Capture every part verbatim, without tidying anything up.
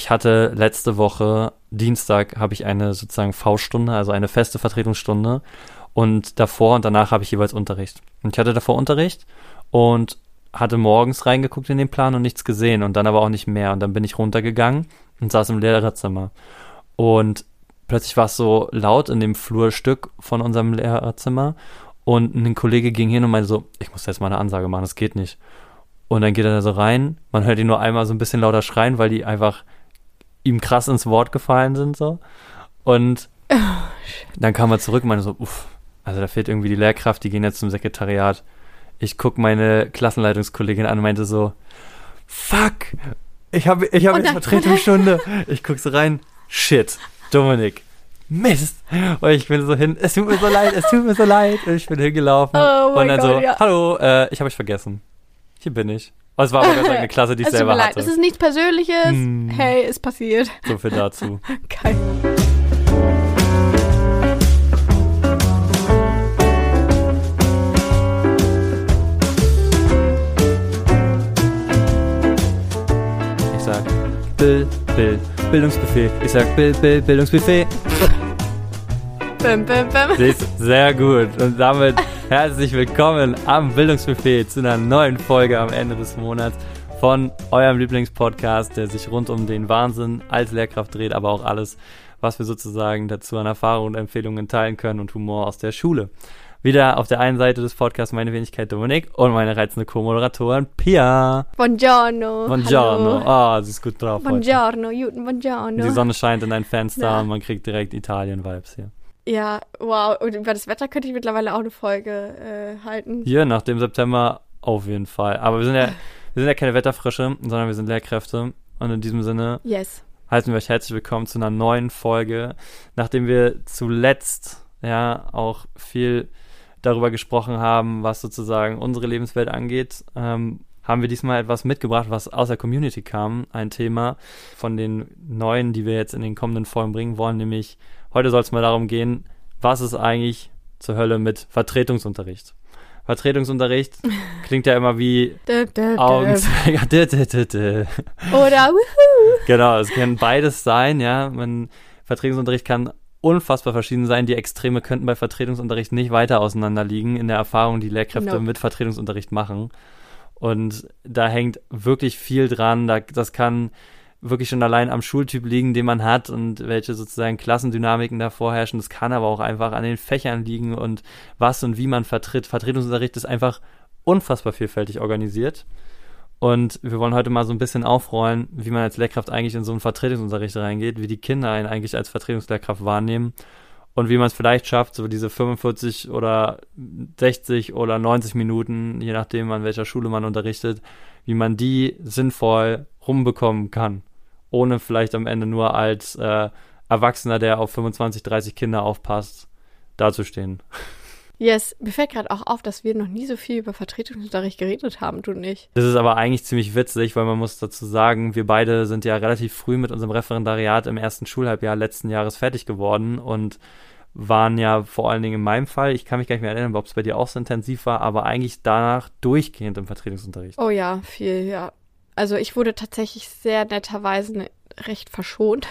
ich hatte letzte Woche, Dienstag, habe ich eine sozusagen V-Stunde, also eine feste Vertretungsstunde. Und davor und danach habe ich jeweils Unterricht. Und ich hatte davor Unterricht und hatte morgens reingeguckt in den Plan und nichts gesehen und dann aber auch nicht mehr. Und dann bin ich runtergegangen und saß im Lehrerzimmer. Und plötzlich war es so laut in dem Flurstück von unserem Lehrerzimmer und ein Kollege ging hin und meinte so, ich muss jetzt mal eine Ansage machen, das geht nicht. Und dann geht er da so rein, man hört ihn nur einmal so ein bisschen lauter schreien, weil die einfach ihm krass ins Wort gefallen sind so. Und oh, dann kam er zurück und meinte so, uff, also da fehlt irgendwie die Lehrkraft, die gehen jetzt zum Sekretariat. Ich guck meine Klassenleitungskollegin an und meinte so, fuck, ich habe ich hab jetzt Vertretungsstunde. Ich guck so rein, shit, Dominik, Mist. Und ich bin so hin, es tut mir so leid, es tut mir so leid. Und ich bin hingelaufen oh und dann God, so, ja. hallo, äh, ich habe euch vergessen. Hier bin ich. Und es war aber ganz eine Klasse, die ich es selber tut mir hatte. leid, es ist nichts Persönliches. Hm. Hey, ist passiert. So viel dazu. Geil. Ich sag, Bill, Bill, Bildungsbuffet. Ich sag, Bill, Bill, Bildungsbuffet. Bim, bim, bim. Siehst, sehr gut. Und damit herzlich willkommen am Bildungsbuffet zu einer neuen Folge am Ende des Monats von eurem Lieblingspodcast, der sich rund um den Wahnsinn als Lehrkraft dreht, aber auch alles, was wir sozusagen dazu an Erfahrungen und Empfehlungen teilen können und Humor aus der Schule. Wieder auf der einen Seite des Podcasts meine Wenigkeit Dominik und meine reizende Co-Moderatorin Pia. Buongiorno. Buongiorno. Ah, oh, sie ist gut drauf Buongiorno, guten Buongiorno. Die Sonne scheint in dein Fenster Na. und man kriegt direkt Italien-Vibes hier. Ja, wow. Und über das Wetter könnte ich mittlerweile auch eine Folge äh, halten. Hier, nach dem September auf jeden Fall. Aber wir sind ja, wir sind ja keine Wetterfrische, sondern wir sind Lehrkräfte. Und in diesem Sinne yes. heißen wir euch herzlich willkommen zu einer neuen Folge. Nachdem wir zuletzt ja auch viel darüber gesprochen haben, was sozusagen unsere Lebenswelt angeht, ähm, haben wir diesmal etwas mitgebracht, was aus der Community kam. Ein Thema von den neuen, die wir jetzt in den kommenden Folgen bringen wollen, nämlich heute soll es mal darum gehen, was ist eigentlich zur Hölle mit Vertretungsunterricht? Vertretungsunterricht klingt ja immer wie Augenzwinker. Oder wuhu. Genau, es kann beides sein, ja. Man, Vertretungsunterricht kann unfassbar verschieden sein. Die Extreme könnten bei Vertretungsunterricht nicht weiter auseinander liegen in der Erfahrung, die Lehrkräfte no. mit Vertretungsunterricht machen. Und da hängt wirklich viel dran. Da, das kann wirklich schon allein am Schultyp liegen, den man hat und welche sozusagen Klassendynamiken da vorherrschen. Das kann aber auch einfach an den Fächern liegen und was und wie man vertritt. Vertretungsunterricht ist einfach unfassbar vielfältig organisiert. Und wir wollen heute mal so ein bisschen aufrollen, wie man als Lehrkraft eigentlich in so einen Vertretungsunterricht reingeht, wie die Kinder einen eigentlich als Vertretungslehrkraft wahrnehmen und wie man es vielleicht schafft, so diese fünfundvierzig oder sechzig oder neunzig Minuten, je nachdem an welcher Schule man unterrichtet, wie man die sinnvoll rumbekommen kann, ohne vielleicht am Ende nur als äh, Erwachsener, der auf fünfundzwanzig, dreißig Kinder aufpasst, dazustehen. Yes, mir fällt gerade auch auf, dass wir noch nie so viel über Vertretungsunterricht geredet haben, du nicht. Das ist aber eigentlich ziemlich witzig, weil man muss dazu sagen, wir beide sind ja relativ früh mit unserem Referendariat im ersten Schulhalbjahr letzten Jahres fertig geworden und waren ja vor allen Dingen in meinem Fall, ich kann mich gar nicht mehr erinnern, ob es bei dir auch so intensiv war, aber eigentlich danach durchgehend im Vertretungsunterricht. Oh ja, viel, ja. Also ich wurde tatsächlich sehr netterweise recht verschont.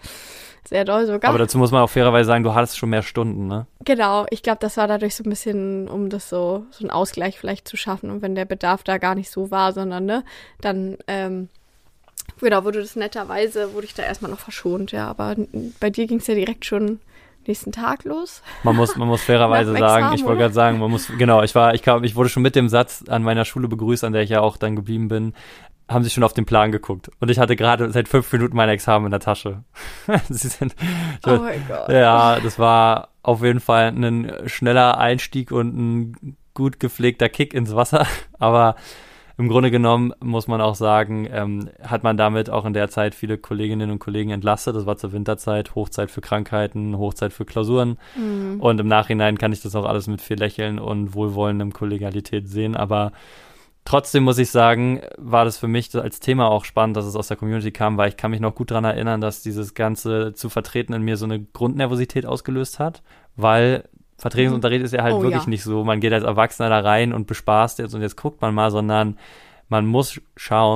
Sehr doll sogar. Aber dazu muss man auch fairerweise sagen, du hattest schon mehr Stunden, ne? Genau, ich glaube, das war dadurch so ein bisschen, um das so, so einen Ausgleich vielleicht zu schaffen. Und wenn der Bedarf da gar nicht so war, sondern, ne, dann, ähm, genau, wurde das netterweise, wurde ich da erstmal noch verschont, ja. Aber bei dir ging es ja direkt schon nächsten Tag los. Man muss, man muss fairerweise sagen, ich wollte gerade sagen, man muss, genau, ich war, ich kam, ich wurde schon mit dem Satz an meiner Schule begrüßt, an der ich ja auch dann geblieben bin, haben sie schon auf den Plan geguckt. Und ich hatte gerade seit fünf Minuten mein Examen in der Tasche. Sie sind, oh war, mein Gott. Ja, das war auf jeden Fall ein schneller Einstieg und ein gut gepflegter Kick ins Wasser. Aber im Grunde genommen muss man auch sagen, ähm, hat man damit auch in der Zeit viele Kolleginnen und Kollegen entlastet. Das war zur Winterzeit, Hochzeit für Krankheiten, Hochzeit für Klausuren. Mhm. Und im Nachhinein kann ich das auch alles mit viel Lächeln und wohlwollendem Kollegialität sehen. Aber trotzdem muss ich sagen, war das für mich als Thema auch spannend, dass es aus der Community kam, weil ich kann mich noch gut daran erinnern, dass dieses Ganze zu vertreten in mir so eine Grundnervosität ausgelöst hat, weil Vertretungsunterricht ist ja halt oh, wirklich ja. nicht so, man geht als Erwachsener da rein und bespaßt jetzt und jetzt guckt man mal, sondern man muss schauen,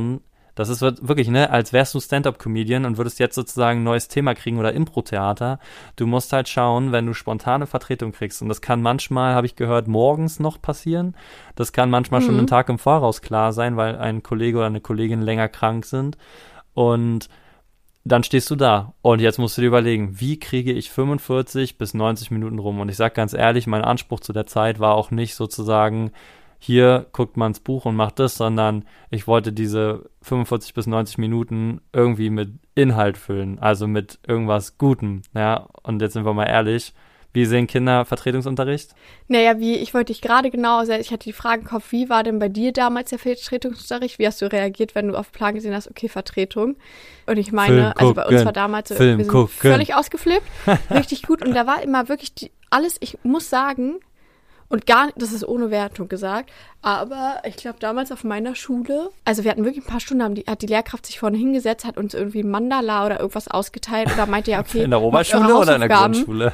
Das ist wirklich, ne, als wärst du Stand-Up-Comedian und würdest jetzt sozusagen ein neues Thema kriegen oder Impro-Theater. Du musst halt schauen, wenn du spontane Vertretung kriegst. Und das kann manchmal, habe ich gehört, morgens noch passieren. Das kann manchmal mhm. schon einen Tag im Voraus klar sein, weil ein Kollege oder eine Kollegin länger krank sind. Und dann stehst du da. Und jetzt musst du dir überlegen, wie kriege ich fünfundvierzig bis neunzig Minuten rum? Und ich sag ganz ehrlich, mein Anspruch zu der Zeit war auch nicht sozusagen, hier guckt man ins Buch und macht das, sondern ich wollte diese fünfundvierzig bis neunzig Minuten irgendwie mit Inhalt füllen, also mit irgendwas Gutem, ja, und jetzt sind wir mal ehrlich, wie sehen Kinder Vertretungsunterricht? Naja, wie, ich wollte dich gerade genau, also ich hatte die Frage im Kopf, wie war denn bei dir damals der Vertretungsunterricht? Wie hast du reagiert, wenn du auf Plan gesehen hast, okay, Vertretung? Und ich meine, also bei uns war damals so, Film wir sind gucken. völlig ausgeflippt, richtig gut, und da war immer wirklich die, alles, ich muss sagen, und gar nicht, das ist ohne Wertung gesagt, aber ich glaube damals auf meiner Schule, also wir hatten wirklich ein paar Stunden, haben die, hat die Lehrkraft sich vorne hingesetzt, hat uns irgendwie Mandala oder irgendwas ausgeteilt oder meinte ja, okay. In der Oberschule oder in der Grundschule?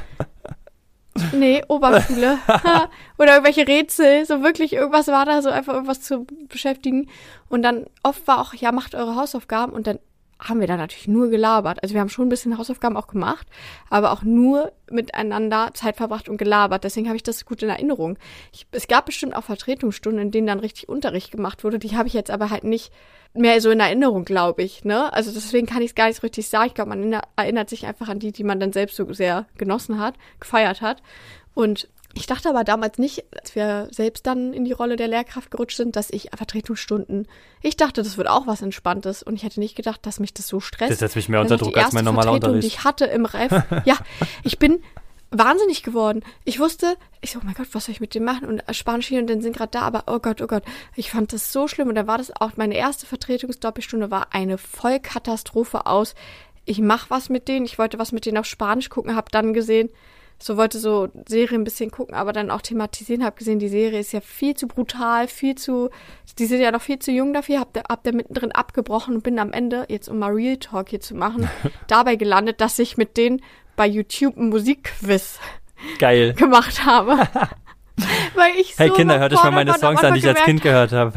Nee, Oberschule. Oder irgendwelche Rätsel, so wirklich irgendwas war da, so einfach irgendwas zu beschäftigen. Und dann oft war auch, ja, macht eure Hausaufgaben, und dann haben wir da natürlich nur gelabert. Also wir haben schon ein bisschen Hausaufgaben auch gemacht, aber auch nur miteinander Zeit verbracht und gelabert. Deswegen habe ich das gut in Erinnerung. Ich, es gab bestimmt auch Vertretungsstunden, in denen dann richtig Unterricht gemacht wurde. Die habe ich jetzt aber halt nicht mehr so in Erinnerung, glaube ich. Ne? Also deswegen kann ich es gar nicht so richtig sagen. Ich glaube, man erinnert sich einfach an die, die man dann selbst so sehr genossen hat, gefeiert hat. Und ich dachte aber damals nicht, als wir selbst dann in die Rolle der Lehrkraft gerutscht sind, dass ich Vertretungsstunden, ich dachte, das wird auch was Entspanntes, und ich hätte nicht gedacht, dass mich das so stresst. Das setzt mich mehr unter Druck als mein normaler Vertretung, Unterricht. Die ich hatte im Ref, ja, ich bin wahnsinnig geworden. Ich wusste, ich so, oh mein Gott, was soll ich mit dem machen? Und Spanisch hier und dann sind gerade da, aber oh Gott, oh Gott, ich fand das so schlimm, und dann war das auch, meine erste Vertretungsdoppelstunde war eine Vollkatastrophe aus, ich mache was mit denen, ich wollte was mit denen auf Spanisch gucken, habe dann gesehen, so wollte so Serie ein bisschen gucken, aber dann auch thematisieren, habe gesehen, die Serie ist ja viel zu brutal, viel zu, die sind ja noch viel zu jung dafür, hab da, hab da mittendrin abgebrochen und bin am Ende, jetzt um mal Real Talk hier zu machen, dabei gelandet, dass ich mit denen bei YouTube ein Musikquiz Geil. gemacht habe. Weil ich so hey Kinder, hört euch mal meine Songs an, die ich als Kind gehört habe.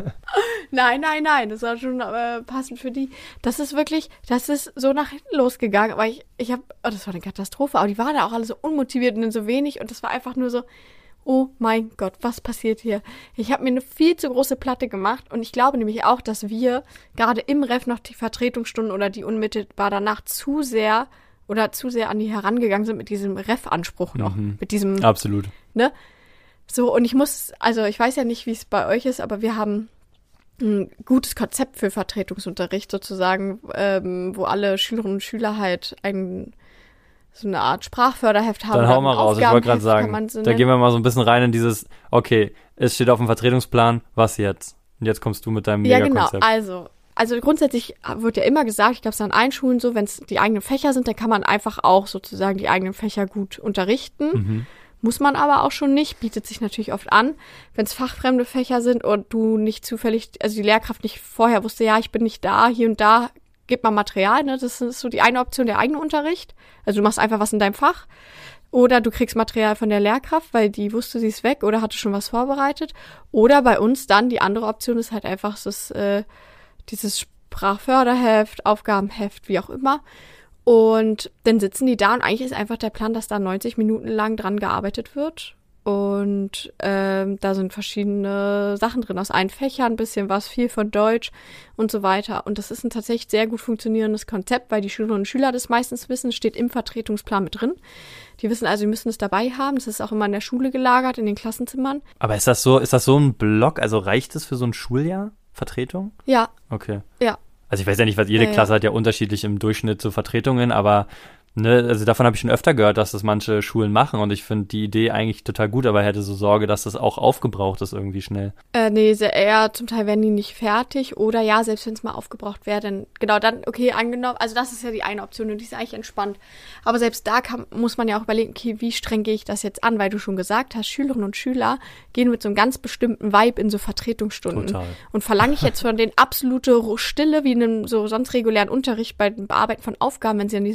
Nein, nein, nein, das war schon äh, passend für die. Das ist wirklich, das ist so nach hinten losgegangen, aber ich, ich habe, oh, das war eine Katastrophe, aber die waren da auch alle so unmotiviert und so wenig, und das war einfach nur so, oh mein Gott, was passiert hier? Ich habe mir eine viel zu große Platte gemacht, und ich glaube nämlich auch, dass wir gerade im Ref noch die Vertretungsstunden oder die unmittelbar danach zu sehr oder zu sehr an die herangegangen sind mit diesem Ref-Anspruch noch, Mhm. mit diesem, Absolut. ne? So, und ich muss, also ich weiß ja nicht, wie es bei euch ist, aber wir haben ein gutes Konzept für Vertretungsunterricht sozusagen, ähm, wo alle Schülerinnen und Schüler halt ein, so eine Art Sprachförderheft haben. Dann hau mal raus, ich wollte gerade sagen, so da gehen wir mal so ein bisschen rein in dieses, okay, es steht auf dem Vertretungsplan, was jetzt? Und jetzt kommst du mit deinem Ja, Megakonzept. genau, also, also grundsätzlich wird ja immer gesagt, ich glaube, es ist an allen Schulen so, wenn es die eigenen Fächer sind, dann kann man einfach auch sozusagen die eigenen Fächer gut unterrichten. Mhm. Muss man aber auch schon nicht, bietet sich natürlich oft an, wenn es fachfremde Fächer sind und du nicht zufällig, also die Lehrkraft nicht vorher wusste, ja, ich bin nicht da, hier und da gibt man Material, ne? Das ist so die eine Option, der eigene Unterricht. Also du machst einfach was in deinem Fach. Oder du kriegst Material von der Lehrkraft, weil die wusste, sie ist weg oder hatte schon was vorbereitet. Oder bei uns dann, die andere Option ist halt einfach das, äh, dieses Sprachförderheft, Aufgabenheft, wie auch immer. Und dann sitzen die da, und eigentlich ist einfach der Plan, dass da neunzig Minuten lang dran gearbeitet wird. Und ähm, da sind verschiedene Sachen drin, aus allen Fächern, ein bisschen was, viel von Deutsch und so weiter. Und das ist ein tatsächlich sehr gut funktionierendes Konzept, weil die Schülerinnen und Schüler das meistens wissen, steht im Vertretungsplan mit drin. Die wissen also, sie müssen es dabei haben. Das ist auch immer in der Schule gelagert, in den Klassenzimmern. Aber ist das so, ist das so ein Block, also reicht es für so ein Schuljahr, Vertretung? Ja. Okay. Ja. Also ich weiß ja nicht, was jede ja, Klasse ja. hat ja unterschiedlich im Durchschnitt so Vertretungen, aber ne, also davon habe ich schon öfter gehört, dass das manche Schulen machen, und ich finde die Idee eigentlich total gut, aber hätte so Sorge, dass das auch aufgebraucht ist irgendwie schnell. Äh, nee, sehr eher, zum Teil werden die nicht fertig, oder ja, selbst wenn es mal aufgebraucht wäre, dann, genau, dann, okay, angenommen, also das ist ja die eine Option, und die ist eigentlich entspannt, aber selbst da kann, muss man ja auch überlegen, okay, wie streng gehe ich das jetzt an, weil du schon gesagt hast, Schülerinnen und Schüler gehen mit so einem ganz bestimmten Vibe in so Vertretungsstunden. Total. Und verlange ich jetzt von denen absolute Stille, wie in einem so sonst regulären Unterricht bei dem Bearbeiten von Aufgaben, wenn sie an diesem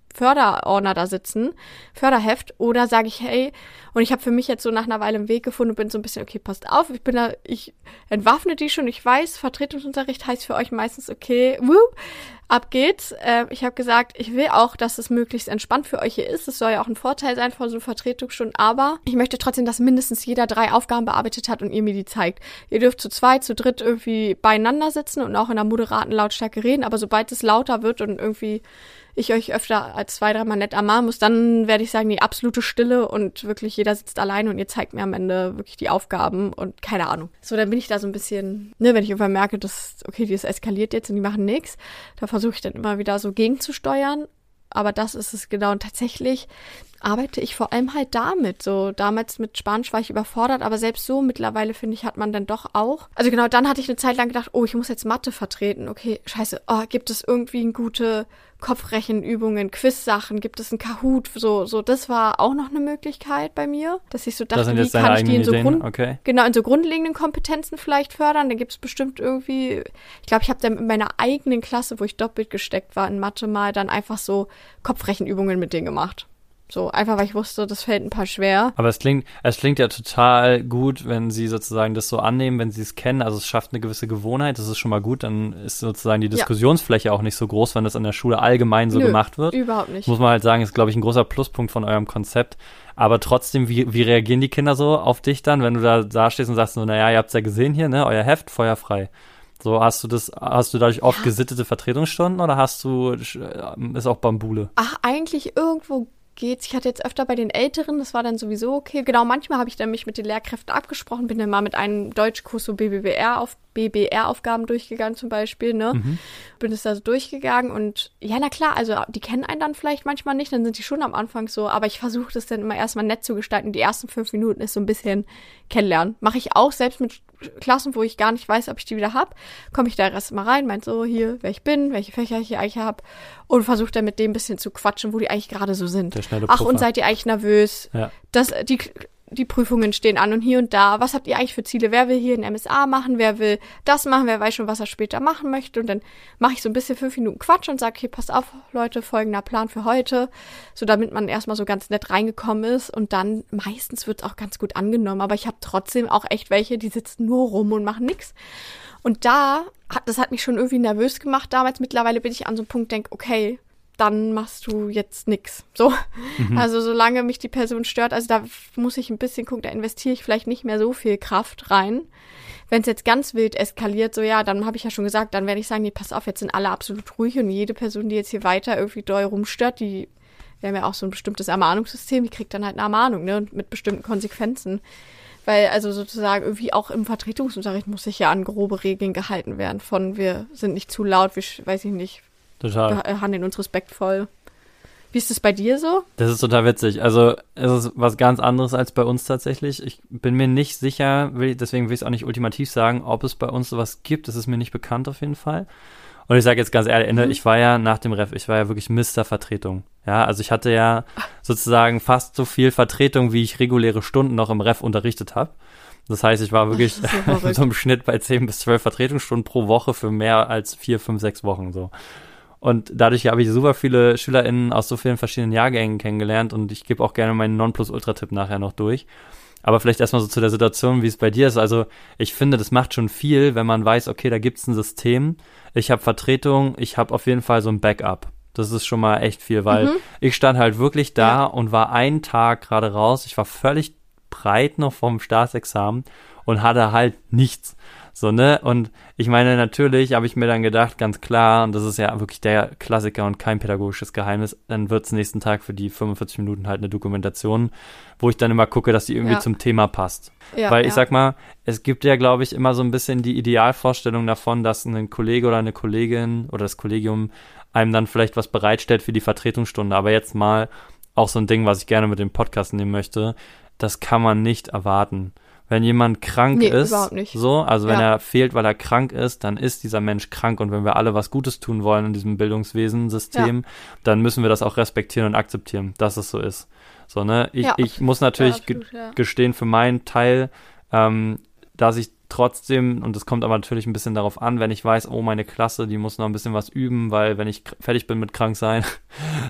Förderordner da sitzen, Förderheft, oder sage ich, hey, und ich habe für mich jetzt so nach einer Weile einen Weg gefunden und bin so ein bisschen, okay, passt auf, ich bin da, ich entwaffne die schon, ich weiß, Vertretungsunterricht heißt für euch meistens, okay, whoop, ab geht's. Äh, ich habe gesagt, ich will auch, dass es möglichst entspannt für euch hier ist. Es soll ja auch ein Vorteil sein von so Vertretungsstunden, aber ich möchte trotzdem, dass mindestens jeder drei Aufgaben bearbeitet hat und ihr mir die zeigt. Ihr dürft zu zweit, zu dritt irgendwie beieinander sitzen und auch in einer moderaten Lautstärke reden, aber sobald es lauter wird und irgendwie ich euch öfter als zwei, dreimal nett ermahnen muss, dann werde ich sagen, die absolute Stille und wirklich jeder sitzt alleine und ihr zeigt mir am Ende wirklich die Aufgaben und keine Ahnung. So, dann bin ich da so ein bisschen, ne, wenn ich irgendwann merke, dass, okay, die ist eskaliert jetzt und die machen nichts, da versuche ich dann immer wieder so gegenzusteuern, aber das ist es genau und tatsächlich arbeite ich vor allem halt damit. So, damals mit Spanisch war ich überfordert, aber selbst so mittlerweile, finde ich, hat man dann doch auch. Also genau, dann hatte ich eine Zeit lang gedacht, oh, ich muss jetzt Mathe vertreten. Okay, scheiße, oh, gibt es irgendwie eine gute Kopfrechenübungen, Quiz-Sachen, gibt es einen Kahoot, so, so, das war auch noch eine Möglichkeit bei mir, dass ich so dachte, das sind jetzt wie kann ich die in so, Ideen? Grund, okay. genau, in so grundlegenden Kompetenzen vielleicht fördern, da gibt es bestimmt irgendwie, ich glaube, ich habe dann in meiner eigenen Klasse, wo ich doppelt gesteckt war in Mathe mal, dann einfach so Kopfrechenübungen mit denen gemacht. So, einfach weil ich wusste, das fällt ein paar schwer. Aber es klingt, es klingt ja total gut, wenn sie sozusagen das so annehmen, wenn sie es kennen. Also es schafft eine gewisse Gewohnheit, das ist schon mal gut. Dann ist sozusagen die Diskussionsfläche ja auch nicht so groß, wenn das an der Schule allgemein so Nö, gemacht wird. Überhaupt nicht. Muss man halt sagen, ist, glaube ich, ein großer Pluspunkt von eurem Konzept. Aber trotzdem, wie, wie reagieren die Kinder so auf dich dann, wenn du da, da stehst und sagst so, naja, ihr habt's ja gesehen hier, ne, euer Heft, feuerfrei. So, hast du das, hast du dadurch oft ja. gesittete Vertretungsstunden oder hast du, ist auch Bambule? Ach, eigentlich irgendwo geht's. Ich hatte jetzt öfter bei den Älteren, das war dann sowieso okay. Genau, manchmal habe ich dann mich mit den Lehrkräften abgesprochen, bin dann mal mit einem Deutschkurs so B B B R auf B B R-Aufgaben durchgegangen zum Beispiel, ne? Mhm. Bin es da so durchgegangen und ja, na klar, also die kennen einen dann vielleicht manchmal nicht, dann sind die schon am Anfang so, aber ich versuche das dann immer erstmal nett zu gestalten. Die ersten fünf Minuten ist so ein bisschen kennenlernen. Mache ich auch selbst mit Klassen, wo ich gar nicht weiß, ob ich die wieder hab, komme ich da erst mal rein, meint so, hier, wer ich bin, welche Fächer ich hier eigentlich habe und versuche dann mit dem ein bisschen zu quatschen, wo die eigentlich gerade so sind. Der schnelle Ach, Puffer. und seid ihr eigentlich nervös? Ja. Das, die, die Prüfungen stehen an und hier und da. Was habt ihr eigentlich für Ziele? Wer will hier ein M S A machen? Wer will das machen? Wer weiß schon, was er später machen möchte? Und dann mache ich so ein bisschen fünf Minuten Quatsch und sage, okay, passt auf, Leute, folgender Plan für heute. So, damit man erstmal so ganz nett reingekommen ist. Und dann, meistens wird es auch ganz gut angenommen. Aber ich habe trotzdem auch echt welche, die sitzen nur rum und machen nichts. Und da, hat, das hat mich schon irgendwie nervös gemacht damals. Mittlerweile bin ich an so einem Punkt, denke, okay, dann machst du jetzt nix. So. Mhm. Also solange mich die Person stört, also da muss ich ein bisschen gucken, da investiere ich vielleicht nicht mehr so viel Kraft rein. Wenn es jetzt ganz wild eskaliert, so ja, dann habe ich ja schon gesagt, dann werde ich sagen, nee, pass auf, jetzt sind alle absolut ruhig und jede Person, die jetzt hier weiter irgendwie doll rumstört, die, wir haben ja auch so ein bestimmtes Ermahnungssystem, die kriegt dann halt eine Ermahnung, ne, und mit bestimmten Konsequenzen. Weil also sozusagen irgendwie auch im Vertretungsunterricht muss sich ja an grobe Regeln gehalten werden von, wir sind nicht zu laut, wir, weiß ich nicht, Total. behandeln uns respektvoll. Wie ist das bei dir so? Das ist total witzig. Also es ist was ganz anderes als bei uns tatsächlich. Ich bin mir nicht sicher, will, deswegen will ich es auch nicht ultimativ sagen, ob es bei uns sowas gibt. Das ist mir nicht bekannt auf jeden Fall. Und ich sage jetzt ganz ehrlich, mhm. ich war ja nach dem Ref, ich war ja wirklich Mister Vertretung. Ja, also ich hatte ja sozusagen fast so viel Vertretung, wie ich reguläre Stunden noch im Ref unterrichtet habe. Das heißt, ich war wirklich so, so im Schnitt bei zehn bis zwölf Vertretungsstunden pro Woche für mehr als vier, fünf, sechs Wochen so. Und dadurch habe ich super viele SchülerInnen aus so vielen verschiedenen Jahrgängen kennengelernt und ich gebe auch gerne meinen Nonplusultra-Tipp nachher noch durch. Aber vielleicht erstmal so zu der Situation, wie es bei dir ist. Also ich finde, das macht schon viel, wenn man weiß, okay, da gibt's ein System, ich habe Vertretung, ich habe auf jeden Fall so ein Backup. Das ist schon mal echt viel, weil mhm. ich stand halt wirklich da ja. und war einen Tag gerade raus. Ich war völlig breit noch vom Staatsexamen und hatte halt nichts. So, ne? Und ich meine, natürlich habe ich mir dann gedacht, ganz klar, und das ist ja wirklich der Klassiker und kein pädagogisches Geheimnis, dann wird's nächsten Tag für die fünfundvierzig Minuten halt eine Dokumentation, wo ich dann immer gucke, dass die irgendwie ja. zum Thema passt. Ja, Weil ich ja. sag mal, es gibt ja, glaube ich, immer so ein bisschen die Idealvorstellung davon, dass ein Kollege oder eine Kollegin oder das Kollegium einem dann vielleicht was bereitstellt für die Vertretungsstunde. Aber jetzt mal auch so ein Ding, was ich gerne mit dem Podcast nehmen möchte, das kann man nicht erwarten. Wenn jemand krank nee, ist, überhaupt nicht. so, also wenn ja. er fehlt, weil er krank ist, dann ist dieser Mensch krank und wenn wir alle was Gutes tun wollen in diesem Bildungswesen-System, ja. dann müssen wir das auch respektieren und akzeptieren, dass es so ist. So, ne, ich, ja. ich muss natürlich ja, absolut, ge- ja. gestehen für meinen Teil, ähm, dass ich trotzdem, und das kommt aber natürlich ein bisschen darauf an, wenn ich weiß, oh, meine Klasse, die muss noch ein bisschen was üben, weil wenn ich k- fertig bin mit krank sein,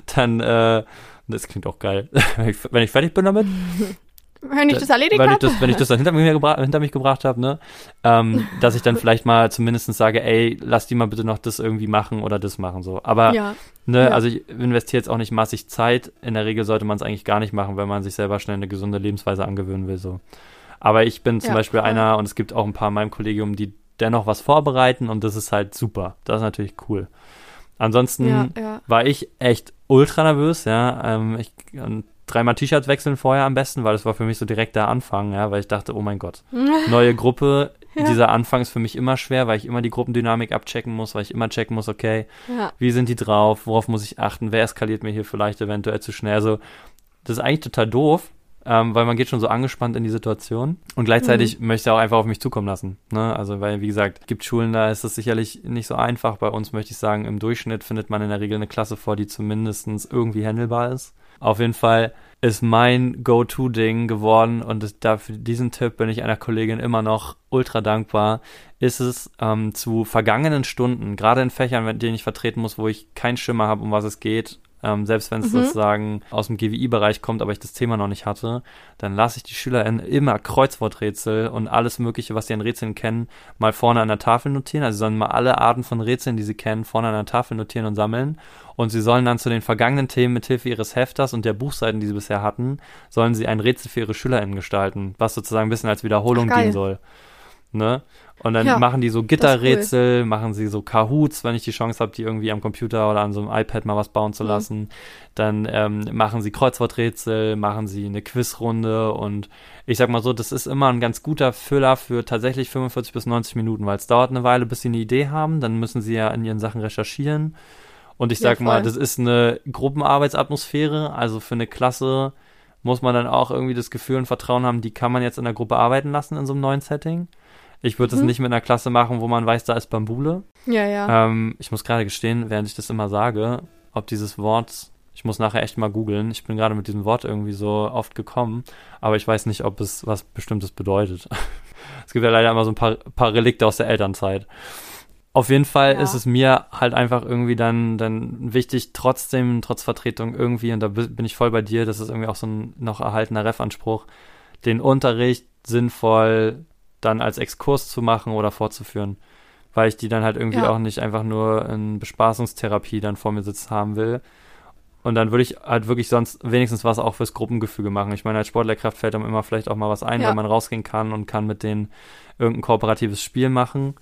dann, äh, das klingt auch geil, wenn ich fertig bin damit, wenn ich das erledigt wenn ich habe, das, wenn ich das dann hinter, mir gebra- hinter mich gebracht habe, ne, ähm, dass ich dann vielleicht mal zumindest sage, ey, lass die mal bitte noch das irgendwie machen oder das machen, so. Aber, ja. ne, Ja. also ich investiere jetzt auch nicht massig Zeit. In der Regel sollte man es eigentlich gar nicht machen, wenn man sich selber schnell eine gesunde Lebensweise angewöhnen will, so. Aber ich bin zum Ja, Beispiel voll. einer, und es gibt auch ein paar in meinem Kollegium, die dennoch was vorbereiten und das ist halt super. Das ist natürlich cool. Ansonsten Ja, ja. war ich echt ultra nervös, ja. Ähm, ich und dreimal T-Shirts wechseln vorher am besten, weil das war für mich so direkt der Anfang, ja, weil ich dachte, oh mein Gott, neue Gruppe, Ja. dieser Anfang ist für mich immer schwer, weil ich immer die Gruppendynamik abchecken muss, weil ich immer checken muss, okay, Ja. wie sind die drauf, worauf muss ich achten, wer eskaliert mir hier vielleicht eventuell zu schnell, also das ist eigentlich total doof, ähm, weil man geht schon so angespannt in die Situation und gleichzeitig Mhm. möchte ich auch einfach auf mich zukommen lassen, ne, also weil, wie gesagt, gibt Schulen, da ist das sicherlich nicht so einfach, bei uns möchte ich sagen, im Durchschnitt findet man in der Regel eine Klasse vor, die zumindest irgendwie handelbar ist. Auf jeden Fall ist mein Go-To-Ding geworden und das, dafür diesen Tipp bin ich einer Kollegin immer noch ultra dankbar, ist es ähm, zu vergangenen Stunden, gerade in Fächern, mit denen ich vertreten muss, wo ich keinen Schimmer habe, um was es geht, ähm, selbst wenn es Mhm. sozusagen aus dem G W I-Bereich kommt, aber ich das Thema noch nicht hatte, dann lasse ich die SchülerInnen immer Kreuzworträtsel und alles Mögliche, was sie an Rätseln kennen, mal vorne an der Tafel notieren. Also sie sollen mal alle Arten von Rätseln, die sie kennen, vorne an der Tafel notieren und sammeln. Und sie sollen dann zu den vergangenen Themen mit Hilfe ihres Hefters und der Buchseiten, die sie bisher hatten, sollen sie ein Rätsel für ihre SchülerInnen gestalten, was sozusagen ein bisschen als Wiederholung Ach, geil. dienen soll. Ne? Und dann Ja, machen die so das ist Gitterrätsel, machen sie so Kahoots, wenn ich die Chance habe, die irgendwie am Computer oder an so einem iPad mal was bauen zu Mhm. lassen. Dann ähm, machen sie Kreuzworträtsel, machen sie eine Quizrunde und ich sag mal so, das ist immer ein ganz guter Füller für tatsächlich fünfundvierzig bis neunzig Minuten, weil es dauert eine Weile, bis sie eine Idee haben, dann müssen sie ja in ihren Sachen recherchieren. Und ich Ja, sag mal, voll. das ist eine Gruppenarbeitsatmosphäre, also für eine Klasse muss man dann auch irgendwie das Gefühl und Vertrauen haben, die kann man jetzt in der Gruppe arbeiten lassen in so einem neuen Setting. Ich würde das Mhm. nicht mit einer Klasse machen, wo man weiß, da ist Bambule. Ja, ja. Ähm, ich muss gerade gestehen, während ich das immer sage, ob dieses Wort, ich muss nachher echt mal googeln, ich bin gerade mit diesem Wort irgendwie so oft gekommen, aber ich weiß nicht, ob es was Bestimmtes bedeutet. Es gibt ja leider immer so ein paar, paar Relikte aus der Elternzeit. Auf jeden Fall Ja. ist es mir halt einfach irgendwie dann, dann wichtig, trotzdem, trotz Vertretung irgendwie, und da bi- bin ich voll bei dir, das ist irgendwie auch so ein noch erhaltener Ref-Anspruch, den Unterricht sinnvoll dann als Exkurs zu machen oder fortzuführen, weil ich die dann halt irgendwie Ja. auch nicht einfach nur in Bespaßungstherapie dann vor mir sitzen haben will. Und dann würde ich halt wirklich sonst wenigstens was auch fürs Gruppengefüge machen. Ich meine, als Sportlehrkraft fällt einem immer vielleicht auch mal was ein, Ja. weil man rausgehen kann und kann mit denen irgendein kooperatives Spiel machen.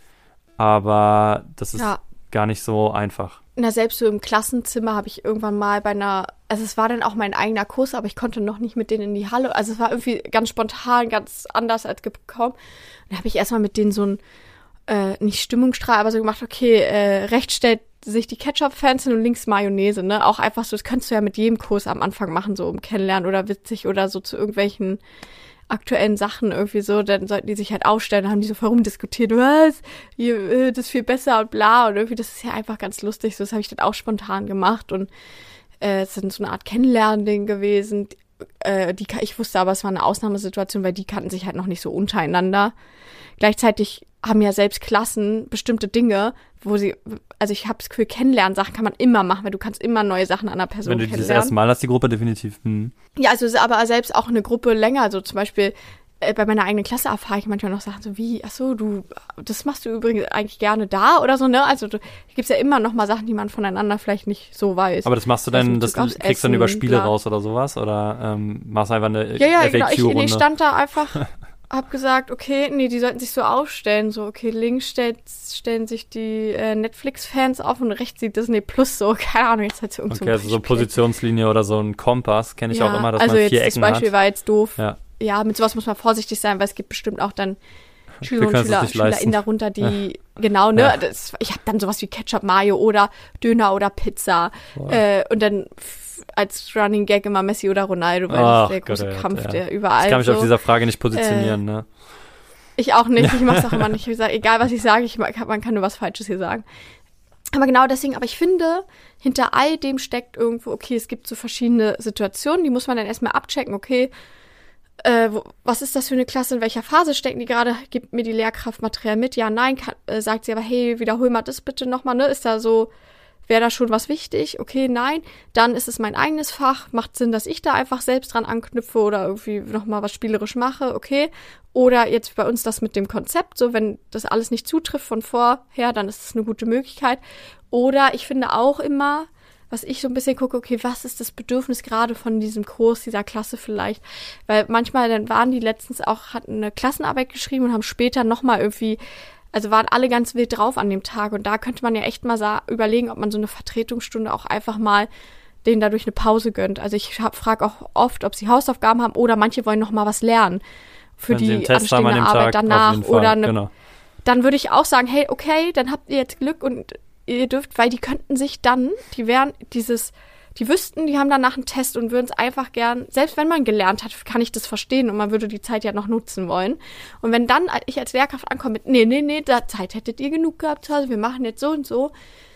Aber das ist Ja. gar nicht so einfach. Na, selbst so im Klassenzimmer habe ich irgendwann mal bei einer, also es war dann auch mein eigener Kurs, aber ich konnte noch nicht mit denen in die Halle. Also es war irgendwie ganz spontan, ganz anders als gekommen. Und da habe ich erstmal mit denen so ein, äh, nicht Stimmungsstrahl, aber so gemacht, okay, äh, rechts stellt sich die Ketchup-Fans hin und links Mayonnaise, ne? Auch einfach so, das könntest du ja mit jedem Kurs am Anfang machen, so um Kennenlernen oder witzig oder so zu irgendwelchen aktuellen Sachen irgendwie so, dann sollten die sich halt aufstellen, dann haben die so herumdiskutiert, was, Ihr, äh, das ist viel besser und bla und irgendwie, das ist ja einfach ganz lustig, so, das habe ich dann auch spontan gemacht und äh, es ist so eine Art Kennenlernen-Ding gewesen, äh, die, ich wusste aber, es war eine Ausnahmesituation, weil die kannten sich halt noch nicht so untereinander. Gleichzeitig haben ja selbst Klassen bestimmte Dinge, wo sie, also ich habe das Gefühl, kennenlernen Sachen kann man immer machen, weil du kannst immer neue Sachen an einer Person Wenn du das kennenlernen. erste Mal hast, die Gruppe definitiv. Hm. Ja, also aber selbst auch eine Gruppe länger, also zum Beispiel äh, bei meiner eigenen Klasse erfahre ich manchmal noch Sachen so wie, ach so, du, das machst du übrigens eigentlich gerne da oder so, ne? Also du gibt's ja immer noch mal Sachen, die man voneinander vielleicht nicht so weiß. Aber das machst du Also dann, in das Bezug aufs kriegst du dann über Essen, Spiele bla. raus oder sowas? Oder ähm, machst einfach eine ja, ja, genau. Ich, nee, F A Q-Runde? ich stand da einfach, hab gesagt, okay, nee, die sollten sich so aufstellen, so, okay, links stellt, stellen sich die äh, Netflix-Fans auf und rechts die Disney Plus, so, keine Ahnung, jetzt halt so irgend Okay, also so Positionslinie oder so ein Kompass kenne ich ja, auch immer, dass also man jetzt vier das Ecken Beispiel hat. war jetzt doof. Ja. Ja, mit sowas muss man vorsichtig sein, weil es gibt bestimmt auch dann Schüler Wir und können es Schüler, nicht leisten. SchülerInnen darunter, die, genau, ne, Ja. das, ich habe dann sowas wie Ketchup, Mayo oder Döner oder Pizza äh, und dann f- als Running Gag immer Messi oder Ronaldo, weil das Ach ist der Gott, große ja, Kampf, ja. der überall Ich kann mich so. auf dieser Frage nicht positionieren, ne? Ich auch nicht, ich mach's auch immer nicht. Ich sag, egal was ich sage, ich, mag- man kann nur was Falsches hier sagen. Aber genau deswegen, aber ich finde, hinter all dem steckt irgendwo, okay, es gibt so verschiedene Situationen, die muss man dann erstmal abchecken, okay, äh, wo, was ist das für eine Klasse, in welcher Phase stecken die gerade, gibt mir die Lehrkraft Material mit, ja, nein, kann, äh, sagt sie aber, hey, wiederhol mal das bitte nochmal, ne, ist da so Wäre da schon was wichtig? Okay, nein. Dann ist es mein eigenes Fach. Macht Sinn, dass ich da einfach selbst dran anknüpfe oder irgendwie nochmal was spielerisch mache? Okay. Oder jetzt bei uns das mit dem Konzept. So, wenn das alles nicht zutrifft von vorher, dann ist es eine gute Möglichkeit. Oder ich finde auch immer, was ich so ein bisschen gucke, okay, was ist das Bedürfnis gerade von diesem Kurs, dieser Klasse vielleicht? Weil manchmal, dann waren die letztens auch, hatten eine Klassenarbeit geschrieben und haben später nochmal irgendwie, also waren alle ganz wild drauf an dem Tag. Und da könnte man ja echt mal sa- überlegen, ob man so eine Vertretungsstunde auch einfach mal denen dadurch eine Pause gönnt. Also ich frage auch oft, ob sie Hausaufgaben haben oder manche wollen noch mal was lernen für Wenn sie einen die Test haben an anstehende dem Arbeit Tag, auf danach. jeden Fall, Oder eine, genau. Dann würde ich auch sagen, hey, okay, dann habt ihr jetzt Glück und ihr dürft, weil die könnten sich dann, die wären dieses, die wüssten, die haben danach einen Test und würden es einfach gern, selbst wenn man gelernt hat, kann ich das verstehen und man würde die Zeit ja noch nutzen wollen. Und wenn dann ich als Lehrkraft ankomme mit, nee, nee, nee, da Zeit hättet ihr genug gehabt, also wir machen jetzt so und so,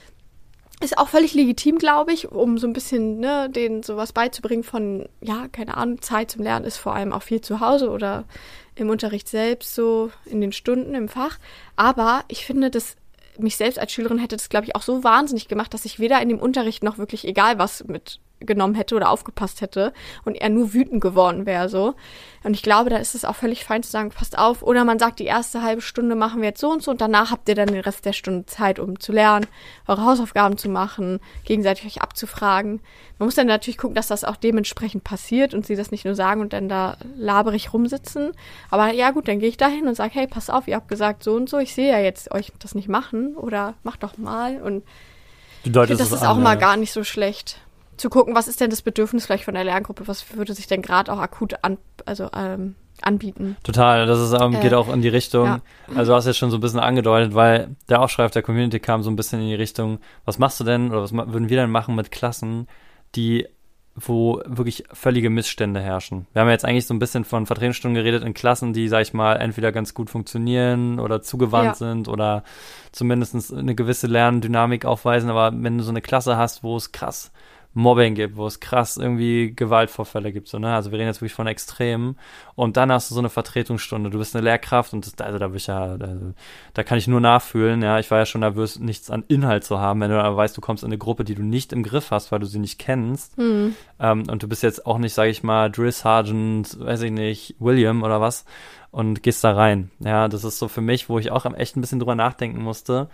ist auch völlig legitim, glaube ich, um so ein bisschen, ne, denen sowas beizubringen von, ja, keine Ahnung, Zeit zum Lernen ist vor allem auch viel zu Hause oder im Unterricht selbst, so in den Stunden im Fach. Aber ich finde, dass mich selbst als Schülerin hätte das, glaube ich, auch so wahnsinnig gemacht, dass ich weder in dem Unterricht noch wirklich egal was mitgenommen hätte oder aufgepasst hätte und er nur wütend geworden wäre, so. Und ich glaube, da ist es auch völlig fein zu sagen, passt auf. Oder man sagt, die erste halbe Stunde machen wir jetzt so und so und danach habt ihr dann den Rest der Stunde Zeit, um zu lernen, eure Hausaufgaben zu machen, gegenseitig euch abzufragen. Man muss dann natürlich gucken, dass das auch dementsprechend passiert und sie das nicht nur sagen und dann da laberig rumsitzen. Aber ja gut, dann gehe ich da hin und sage, hey, pass auf, ihr habt gesagt so und so, ich sehe ja jetzt euch das nicht machen oder macht doch mal. Und ich finde, das ist auch mal gar nicht so schlecht. Zu gucken, was ist denn das Bedürfnis vielleicht von der Lerngruppe, was würde sich denn gerade auch akut an, also, ähm, anbieten. Total, das ist, ähm, äh, geht auch in die Richtung, ja. Also du hast jetzt schon so ein bisschen angedeutet, weil der Aufschrei auf der Community kam so ein bisschen in die Richtung, was machst du denn oder was würden wir denn machen mit Klassen, die, wo wirklich völlige Missstände herrschen. Wir haben ja jetzt eigentlich so ein bisschen von Vertretungsstunden geredet in Klassen, die, sag ich mal, entweder ganz gut funktionieren oder zugewandt Ja. sind oder zumindest eine gewisse Lerndynamik aufweisen, aber wenn du so eine Klasse hast, wo es krass Mobbing gibt, wo es krass irgendwie Gewaltvorfälle gibt, so, ne? Also wir reden jetzt wirklich von Extremen und dann hast du so eine Vertretungsstunde, du bist eine Lehrkraft und das, also da bin ich ja, also, da kann ich nur nachfühlen, ja, ich war ja schon nervös, nichts an Inhalt zu haben, wenn du aber weißt, du kommst in eine Gruppe, die du nicht im Griff hast, weil du sie nicht kennst, Mhm. ähm, und du bist jetzt auch nicht, sag ich mal, Drill Sergeant, weiß ich nicht, William oder was und gehst da rein, ja, das ist so für mich, wo ich auch echt ein bisschen drüber nachdenken musste,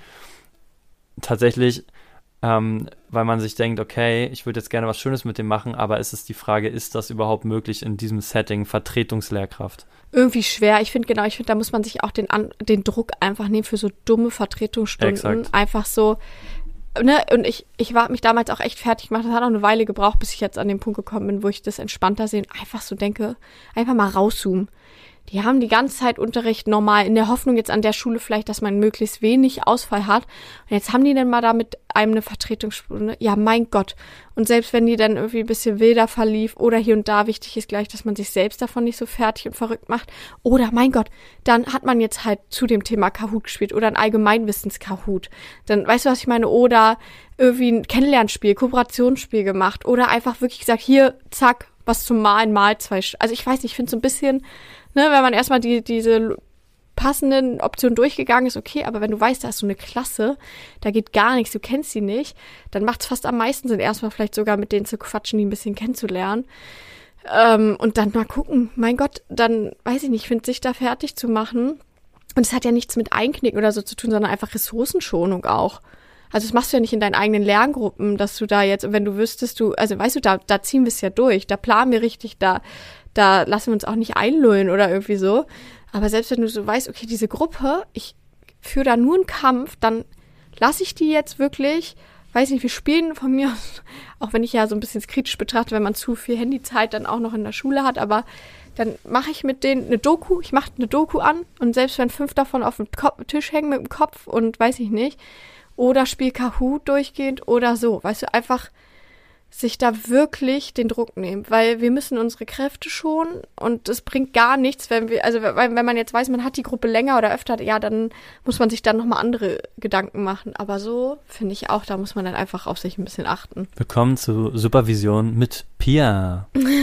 tatsächlich, Ähm, weil man sich denkt, okay, ich würde jetzt gerne was Schönes mit dem machen, aber ist es die Frage, ist das überhaupt möglich in diesem Setting, Vertretungslehrkraft? Irgendwie schwer. Ich finde, genau, ich finde, da muss man sich auch den, An- den Druck einfach nehmen für so dumme Vertretungsstunden. Exakt. Einfach so, ne, und ich, ich war mich damals auch echt fertig gemacht. Das hat auch eine Weile gebraucht, bis ich jetzt an den Punkt gekommen bin, wo ich das entspannter sehe und einfach so denke, einfach mal rauszoomen. Die haben die ganze Zeit Unterricht normal, in der Hoffnung jetzt an der Schule vielleicht, dass man möglichst wenig Ausfall hat. Und jetzt haben die dann mal da mit einem eine Vertretungsstunde. Ja, mein Gott. Und selbst wenn die dann irgendwie ein bisschen wilder verlief oder hier und da, wichtig ist gleich, dass man sich selbst davon nicht so fertig und verrückt macht. Oder, mein Gott, dann hat man jetzt halt zu dem Thema Kahoot gespielt oder ein Allgemeinwissens-Kahoot. Dann, weißt du, was ich meine? Oder irgendwie ein Kennenlernspiel, Kooperationsspiel gemacht. Oder einfach wirklich gesagt, hier, zack, was zum Malen, mal zwei. Sch- Also ich weiß nicht, ich finde so ein bisschen, ne, wenn man erstmal die, diese passenden Optionen durchgegangen ist, okay, aber wenn du weißt, da ist so eine Klasse, da geht gar nichts, du kennst sie nicht, dann macht es fast am meisten Sinn, erstmal vielleicht sogar mit denen zu quatschen, die ein bisschen kennenzulernen. Ähm, und dann mal gucken, mein Gott, dann, weiß ich nicht, ich finde, sich da fertig zu machen. Und es hat ja nichts mit Einknicken oder so zu tun, sondern einfach Ressourcenschonung auch. Also das machst du ja nicht in deinen eigenen Lerngruppen, dass du da jetzt, wenn du wüsstest, du, also weißt du, da, da ziehen wir es ja durch, da planen wir richtig, da, da lassen wir uns auch nicht einlullen oder irgendwie so. Aber selbst wenn du so weißt, okay, diese Gruppe, ich führe da nur einen Kampf, dann lasse ich die jetzt wirklich, weiß nicht, wir spielen von mir, auch wenn ich ja so ein bisschen kritisch betrachte, wenn man zu viel Handyzeit dann auch noch in der Schule hat, aber dann mache ich mit denen eine Doku, ich mache eine Doku an und selbst wenn fünf davon auf dem Kopf, Tisch hängen mit dem Kopf und weiß ich nicht, oder spiel Kahoot durchgehend oder so, weißt du, einfach sich da wirklich den Druck nehmen, weil wir müssen unsere Kräfte schonen und es bringt gar nichts, wenn wir, also wenn man jetzt weiß, man hat die Gruppe länger oder öfter, ja, dann muss man sich dann nochmal andere Gedanken machen, aber so finde ich auch, da muss man dann einfach auf sich ein bisschen achten. Willkommen zu Supervision mit Pia.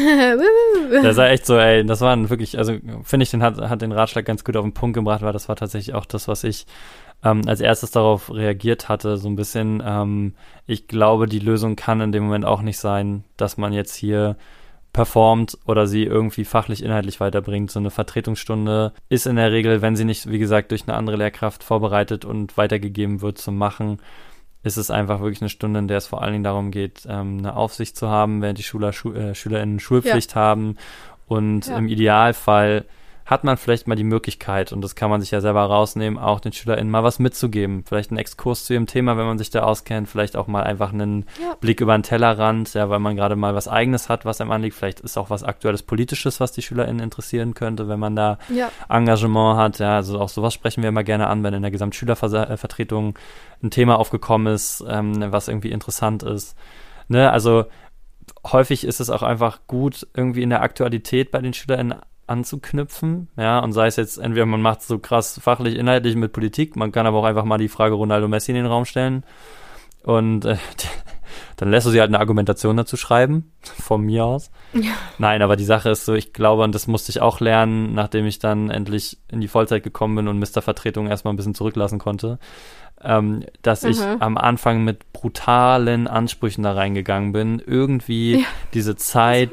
Das war echt so, ey, das war wirklich, also finde ich, den hat, hat den Ratschlag ganz gut auf den Punkt gebracht, weil das war tatsächlich auch das, was ich ähm, als erstes darauf reagiert hatte, so ein bisschen, ähm, ich glaube, die Lösung kann in dem Moment auch nicht sein, dass man jetzt hier performt oder sie irgendwie fachlich, inhaltlich weiterbringt. So eine Vertretungsstunde ist in der Regel, wenn sie nicht, wie gesagt, durch eine andere Lehrkraft vorbereitet und weitergegeben wird zum Machen, ist es einfach wirklich eine Stunde, in der es vor allen Dingen darum geht, ähm, eine Aufsicht zu haben, während die Schüler, Schu- äh, SchülerInnen Schulpflicht ja. haben. Und ja. im Idealfall hat man vielleicht mal die Möglichkeit, und das kann man sich ja selber rausnehmen, auch den SchülerInnen mal was mitzugeben. Vielleicht einen Exkurs zu ihrem Thema, wenn man sich da auskennt, vielleicht auch mal einfach einen ja. Blick über den Tellerrand, ja, weil man gerade mal was Eigenes hat, was einem anliegt. Vielleicht ist auch was Aktuelles Politisches, was die SchülerInnen interessieren könnte, wenn man da ja. Engagement hat. Ja, also auch sowas sprechen wir immer gerne an, wenn in der Gesamtschülervertretung ein Thema aufgekommen ist, ähm, was irgendwie interessant ist. Ne, also häufig ist es auch einfach gut, irgendwie in der Aktualität bei den SchülerInnen anzuknüpfen, ja, und sei es jetzt, entweder man macht es so krass fachlich, inhaltlich mit Politik, man kann aber auch einfach mal die Frage Ronaldo Messi in den Raum stellen und äh, dann lässt du sie halt eine Argumentation dazu schreiben, von mir aus. Ja. Nein, aber die Sache ist so, ich glaube, und das musste ich auch lernen, nachdem ich dann endlich in die Vollzeit gekommen bin und Mister Vertretung erstmal ein bisschen zurücklassen konnte, ähm, dass mhm. ich am Anfang mit brutalen Ansprüchen da reingegangen bin, irgendwie ja. diese Zeit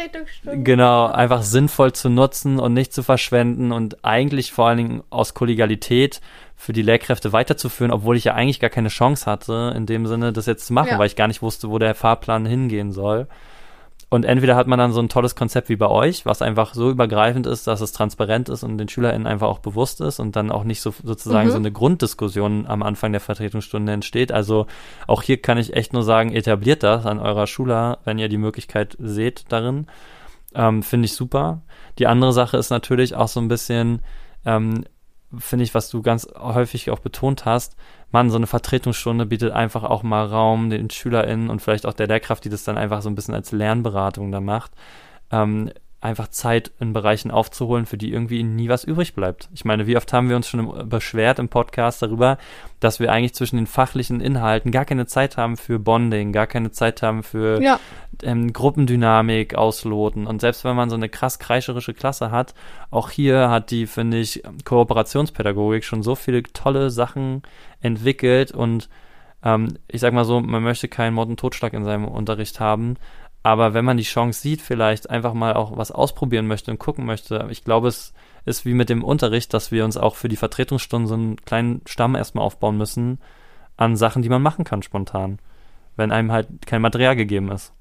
genau einfach sinnvoll zu nutzen und nicht zu verschwenden und eigentlich vor allen Dingen aus Kollegialität für die Lehrkräfte weiterzuführen, obwohl ich ja eigentlich gar keine Chance hatte, in dem Sinne das jetzt zu machen, ja. weil ich gar nicht wusste, wo der Fahrplan hingehen soll. Und entweder hat man dann so ein tolles Konzept wie bei euch, was einfach so übergreifend ist, dass es transparent ist und den SchülerInnen einfach auch bewusst ist und dann auch nicht so sozusagen mhm. so eine Grunddiskussion am Anfang der Vertretungsstunde entsteht. Also auch hier kann ich echt nur sagen, etabliert das an eurer Schule, wenn ihr die Möglichkeit seht darin. Ähm, finde ich super. Die andere Sache ist natürlich auch so ein bisschen, ähm, finde ich, was du ganz häufig auch betont hast, Mann, so eine Vertretungsstunde bietet einfach auch mal Raum den SchülerInnen und vielleicht auch der Lehrkraft, die das dann einfach so ein bisschen als Lernberatung da macht, ähm, einfach Zeit in Bereichen aufzuholen, für die irgendwie nie was übrig bleibt. Ich meine, wie oft haben wir uns schon im, beschwert im Podcast darüber, dass wir eigentlich zwischen den fachlichen Inhalten gar keine Zeit haben für Bonding, gar keine Zeit haben für ja. ähm, Gruppendynamik ausloten. Und selbst wenn man so eine krass kreischerische Klasse hat, auch hier hat die, finde ich, Kooperationspädagogik schon so viele tolle Sachen entwickelt und ähm, ich sag mal so, man möchte keinen Mord und Totschlag in seinem Unterricht haben, aber wenn man die Chance sieht, vielleicht einfach mal auch was ausprobieren möchte und gucken möchte, ich glaube, es ist wie mit dem Unterricht, dass wir uns auch für die Vertretungsstunden so einen kleinen Stamm erstmal aufbauen müssen an Sachen, die man machen kann spontan, wenn einem halt kein Material gegeben ist.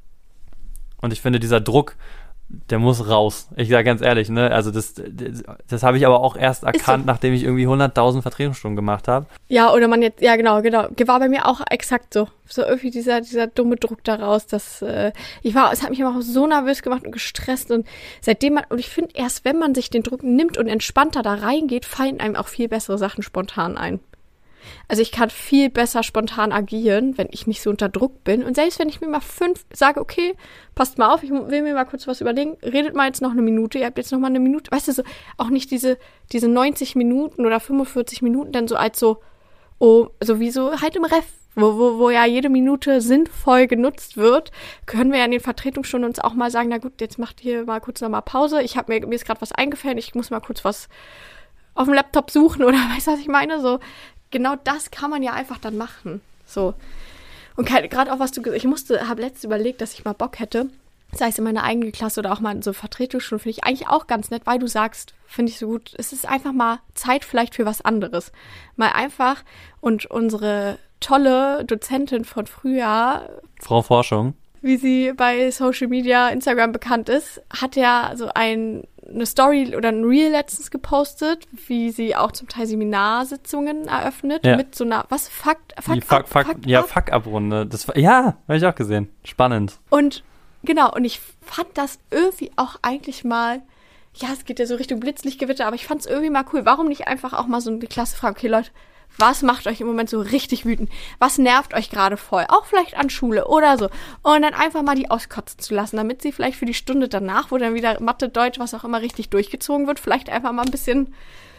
Und ich finde, dieser Druck, der muss raus. Ich sage ganz ehrlich, ne, also das, das, das habe ich aber auch erst erkannt, so. Nachdem ich irgendwie hunderttausend Vertretungsstunden gemacht habe. Ja, oder man jetzt, ja genau, genau, war bei mir auch exakt so. So irgendwie dieser, dieser dumme Druck daraus, dass äh, ich war, es hat mich immer auch so nervös gemacht und gestresst und seitdem man, und ich finde, erst wenn man sich den Druck nimmt und entspannter da reingeht, fallen einem auch viel bessere Sachen spontan ein. Also ich kann viel besser spontan agieren, wenn ich nicht so unter Druck bin. Und selbst wenn ich mir mal fünf sage, okay, passt mal auf, ich will mir mal kurz was überlegen, redet mal jetzt noch eine Minute, ihr habt jetzt noch mal eine Minute. Weißt du, so auch nicht diese, diese neunzig Minuten oder fünfundvierzig Minuten dann so als so, oh, sowieso halt im Ref, wo, wo, wo ja jede Minute sinnvoll genutzt wird, können wir ja in den Vertretungsstunden uns auch mal sagen, na gut, jetzt macht ihr mal kurz noch mal Pause. Ich habe mir, mir ist gerade was eingefallen, ich muss mal kurz was auf dem Laptop suchen oder weißt du, was ich meine? So, genau das kann man ja einfach dann machen. So. Und gerade auch, was du gesagt hast, ich musste, habe letztens überlegt, dass ich mal Bock hätte, sei es in meiner eigenen Klasse oder auch mal in so Vertretungsstunden, finde ich eigentlich auch ganz nett, weil du sagst, finde ich so gut, es ist einfach mal Zeit vielleicht für was anderes. Mal einfach, und unsere tolle Dozentin von früher, Frau Forschung, wie sie bei Social Media, Instagram bekannt ist, hat ja so ein, eine Story oder ein Reel letztens gepostet, wie sie auch zum Teil Seminarsitzungen eröffnet, ja. mit so einer, was, Fakt, Fakt, Fakt, Fakt, Fakt ja, Fuck-Up-Runde. Das war, ja, habe ich auch gesehen. Spannend. Und genau, und ich fand das irgendwie auch eigentlich mal, ja, es geht ja so Richtung Blitzlichtgewitter, aber ich fand es irgendwie mal cool. Warum nicht einfach auch mal so eine Klasse fragen, okay, Leute, was macht euch im Moment so richtig wütend? Was nervt euch gerade voll? Auch vielleicht an Schule oder so. Und dann einfach mal die auskotzen zu lassen, damit sie vielleicht für die Stunde danach, wo dann wieder Mathe, Deutsch, was auch immer richtig durchgezogen wird, vielleicht einfach mal ein bisschen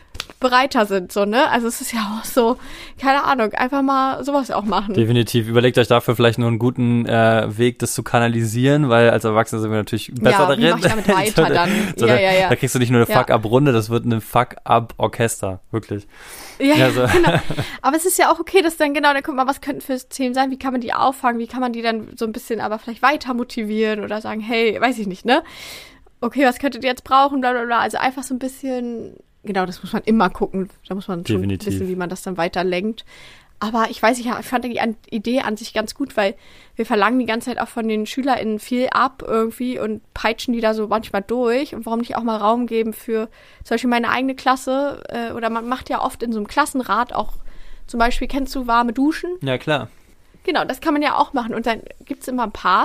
bereiter sind, so, ne? Also es ist ja auch so, keine Ahnung, einfach mal sowas auch machen. Definitiv. Überlegt euch dafür vielleicht nur einen guten äh, Weg, das zu kanalisieren, weil als Erwachsene sind wir natürlich besser ja, darin. Ja, wie mach ich damit weiter dann? so, ja, ja, ja. Da kriegst du nicht nur eine ja. Fuck-Up-Runde, das wird eine Fuck-Up-Orchester, wirklich. Ja, ja, so. genau. Aber es ist ja auch okay, dass dann genau, dann guck mal, was könnten für Themen sein, wie kann man die auffangen, wie kann man die dann so ein bisschen aber vielleicht weiter motivieren oder sagen, hey, weiß ich nicht, ne? Okay, was könntet ihr jetzt brauchen, bla bla bla. Also einfach so ein bisschen, genau, das muss man immer gucken. Da muss man schon Definitiv. wissen, wie man das dann weiter lenkt. Aber ich weiß nicht, ich fand die Idee an sich ganz gut, weil wir verlangen die ganze Zeit auch von den SchülerInnen viel ab irgendwie und peitschen die da so manchmal durch. Und warum nicht auch mal Raum geben für zum Beispiel meine eigene Klasse, äh, oder man macht ja oft in so einem Klassenrat auch, zum Beispiel, kennst du warme Duschen? Ja, klar. Genau, das kann man ja auch machen. Und dann gibt es immer ein paar,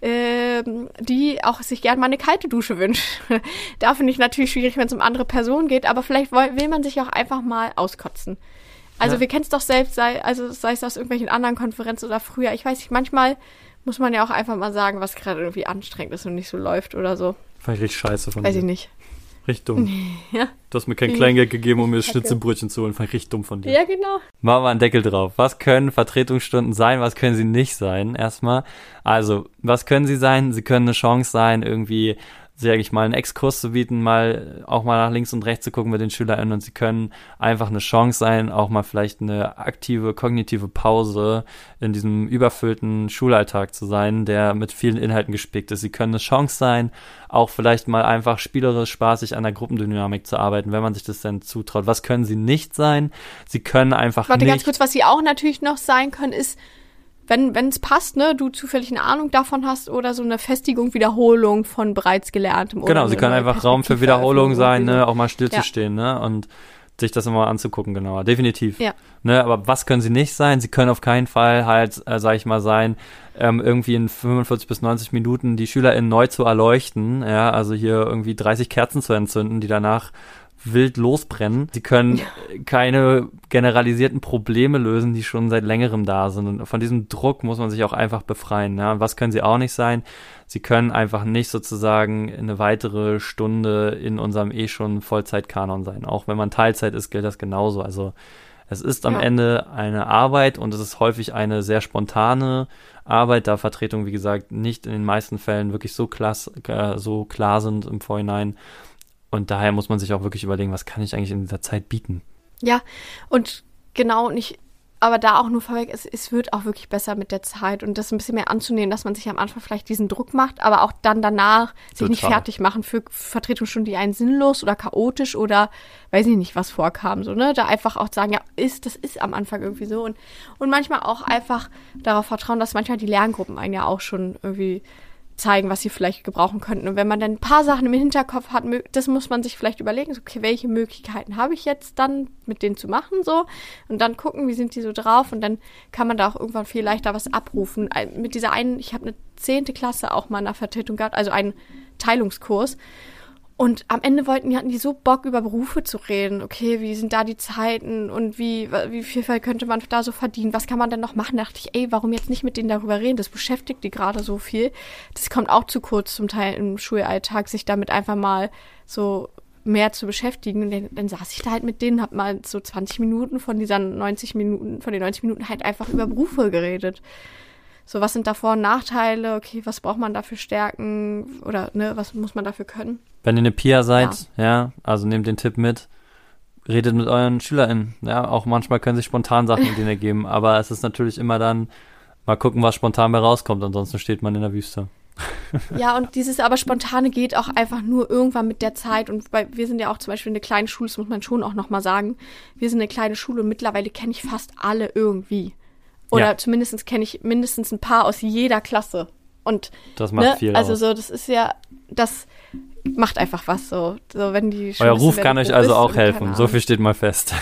ähm, die auch sich gerne mal eine kalte Dusche wünschen. Da finde ich natürlich schwierig, wenn es um andere Personen geht, aber vielleicht will, will man sich auch einfach mal auskotzen. Also ja. Wir kennen es doch selbst, sei, also sei es aus irgendwelchen anderen Konferenzen oder früher. Ich weiß nicht, manchmal muss man ja auch einfach mal sagen, was gerade irgendwie anstrengend ist und nicht so läuft oder so. War ich richtig scheiße von Weiß dir. ich nicht. Richtig dumm. Ja. Du hast mir kein Kleingeld gegeben, um mir das Schnitzelbrötchen zu holen. War ich richtig dumm von dir. Ja, genau. Machen wir einen Deckel drauf. Was können Vertretungsstunden sein? Was können sie nicht sein? Erstmal. Also, was können sie sein? Sie können eine Chance sein, irgendwie, sage ich mal, einen Exkurs zu bieten, mal auch mal nach links und rechts zu gucken mit den SchülerInnen, und sie können einfach eine Chance sein, auch mal vielleicht eine aktive, kognitive Pause in diesem überfüllten Schulalltag zu sein, der mit vielen Inhalten gespickt ist. Sie können eine Chance sein, auch vielleicht mal einfach spielerisch, spaßig an der Gruppendynamik zu arbeiten, wenn man sich das denn zutraut. Was können sie nicht sein? Sie können einfach Warte, nicht... ganz kurz, was sie auch natürlich noch sein können, ist, wenn wenn es passt, ne, du zufällig eine Ahnung davon hast oder so eine Festigung, Wiederholung von bereits Gelerntem. Genau, sie können einfach Raum für Wiederholung sein, ne, auch mal stillzustehen, ja. ne, und sich das immer anzugucken, genauer, definitiv. Ja. Ne, aber was können sie nicht sein? Sie können auf keinen Fall halt, äh, sag ich mal, sein, ähm, irgendwie in fünfundvierzig bis neunzig Minuten die SchülerInnen neu zu erleuchten, ja, also hier irgendwie dreißig Kerzen zu entzünden, die danach wild losbrennen. Sie können ja. keine generalisierten Probleme lösen, die schon seit längerem da sind. Und von diesem Druck muss man sich auch einfach befreien. Ja? Und was können sie auch nicht sein? Sie können einfach nicht sozusagen eine weitere Stunde in unserem eh schon Vollzeitkanon sein. Auch wenn man Teilzeit ist, gilt das genauso. Also es ist am ja. Ende eine Arbeit und es ist häufig eine sehr spontane Arbeit, da Vertretungen, wie gesagt, nicht in den meisten Fällen wirklich so, klass, äh, so klar sind im Vorhinein. Und daher muss man sich auch wirklich überlegen, was kann ich eigentlich in dieser Zeit bieten? Ja, und genau, nicht, aber da auch nur vorweg, es, es wird auch wirklich besser mit der Zeit und das ein bisschen mehr anzunehmen, dass man sich am Anfang vielleicht diesen Druck macht, aber auch dann danach sich Total. nicht fertig machen für Vertretungsstunden, die einen sinnlos oder chaotisch oder weiß ich nicht, was vorkam, so, ne? Da einfach auch sagen, ja, ist, das ist am Anfang irgendwie so und, und manchmal auch einfach darauf vertrauen, dass manchmal die Lerngruppen einen ja auch schon irgendwie zeigen, was sie vielleicht gebrauchen könnten. Und wenn man dann ein paar Sachen im Hinterkopf hat, das muss man sich vielleicht überlegen, okay, welche Möglichkeiten habe ich jetzt dann mit denen zu machen, so. Und dann gucken, wie sind die so drauf. Und dann kann man da auch irgendwann viel leichter was abrufen. Mit dieser einen, ich habe eine zehnte Klasse auch mal in der Vertretung gehabt, also einen Teilungskurs. Und am Ende wollten die, hatten die so Bock, über Berufe zu reden. Okay, wie sind da die Zeiten und wie, wie viel könnte man da so verdienen? Was kann man denn noch machen? Da dachte ich, ey, warum jetzt nicht mit denen darüber reden? Das beschäftigt die gerade so viel. Das kommt auch zu kurz zum Teil im Schulalltag, sich damit einfach mal so mehr zu beschäftigen. Und dann, dann saß ich da halt mit denen, hab mal so zwanzig Minuten von dieser neunzig Minuten, von den neunzig Minuten halt einfach über Berufe geredet. So, was sind da Vor- und Nachteile? Okay, was braucht man dafür Stärken? Oder, ne, was muss man dafür können? Wenn ihr eine Pia seid, ja. ja, also nehmt den Tipp mit, redet mit euren SchülerInnen. Ja, auch manchmal können sich spontan Sachen mit denen ergeben, aber es ist natürlich immer dann, mal gucken, was spontan mehr rauskommt, ansonsten steht man in der Wüste. Ja, und dieses aber Spontane geht auch einfach nur irgendwann mit der Zeit. Und bei, wir sind ja auch zum Beispiel eine kleine Schule, das muss man schon auch nochmal sagen. Wir sind eine kleine Schule und mittlerweile kenne ich fast alle irgendwie. Oder ja. zumindest kenne ich mindestens ein paar aus jeder Klasse. Und das macht ne, viel also aus. so, das ist ja, das macht einfach was so. So, wenn die Euer Ruf kann euch also auch helfen. So viel steht mal fest.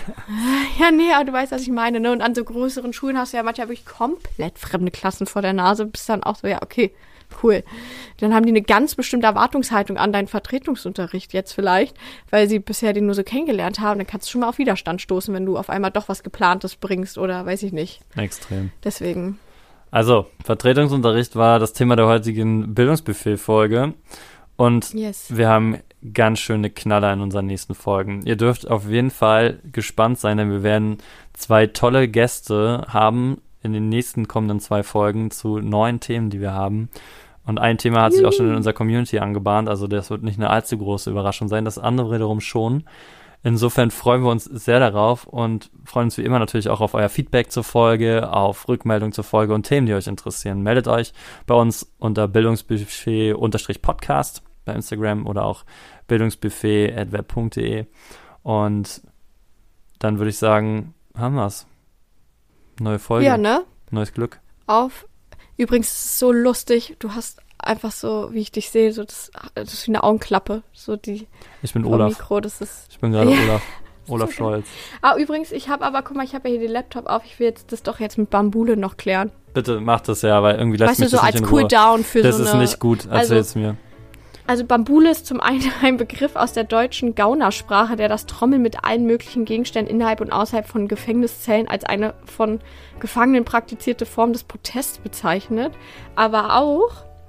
Ja, nee, aber du weißt, was ich meine. Ne? Und an so größeren Schulen hast du ja manchmal wirklich komplett fremde Klassen vor der Nase. Bist dann auch so, ja, okay, cool. Dann haben die eine ganz bestimmte Erwartungshaltung an deinen Vertretungsunterricht jetzt vielleicht, weil sie bisher den nur so kennengelernt haben. Dann kannst du schon mal auf Widerstand stoßen, wenn du auf einmal doch was Geplantes bringst oder weiß ich nicht. Extrem. Deswegen. Also, Vertretungsunterricht war das Thema der heutigen Bildungsbuffet-Folge. Und yes. wir haben ganz schöne Knaller in unseren nächsten Folgen. Ihr dürft auf jeden Fall gespannt sein, denn wir werden zwei tolle Gäste haben in den nächsten kommenden zwei Folgen zu neuen Themen, die wir haben. Und ein Thema hat sich auch schon in unserer Community angebahnt, also das wird nicht eine allzu große Überraschung sein, das andere wiederum schon. Insofern freuen wir uns sehr darauf und freuen uns wie immer natürlich auch auf euer Feedback zur Folge, auf Rückmeldung zur Folge und Themen, die euch interessieren. Meldet euch bei uns unter bildungsbuffet-podcast bei Instagram oder auch bildungsbuffet at web punkt de und dann würde ich sagen, haben wir's. Neue Folge. Ja, ne? Neues Glück. Auf. Übrigens ist es so lustig, du hast einfach so, wie ich dich sehe, so das, das ist wie eine Augenklappe. So die ich bin Olaf. Mikro, das ist, ich bin gerade ja. Olaf. Olaf Scholz. Ah, übrigens, ich habe aber, guck mal, ich habe ja hier den Laptop auf, ich will jetzt das doch jetzt mit Bambule noch klären. Bitte mach das ja, weil irgendwie lässt weißt mich du, so das nicht als in Ruhe. Cooldown für das so eine... Das ist nicht gut, erzähl's also, mir. Also Bambule ist zum einen ein Begriff aus der deutschen Gaunersprache, der das Trommeln mit allen möglichen Gegenständen innerhalb und außerhalb von Gefängniszellen als eine von Gefangenen praktizierte Form des Protests bezeichnet. Aber auch,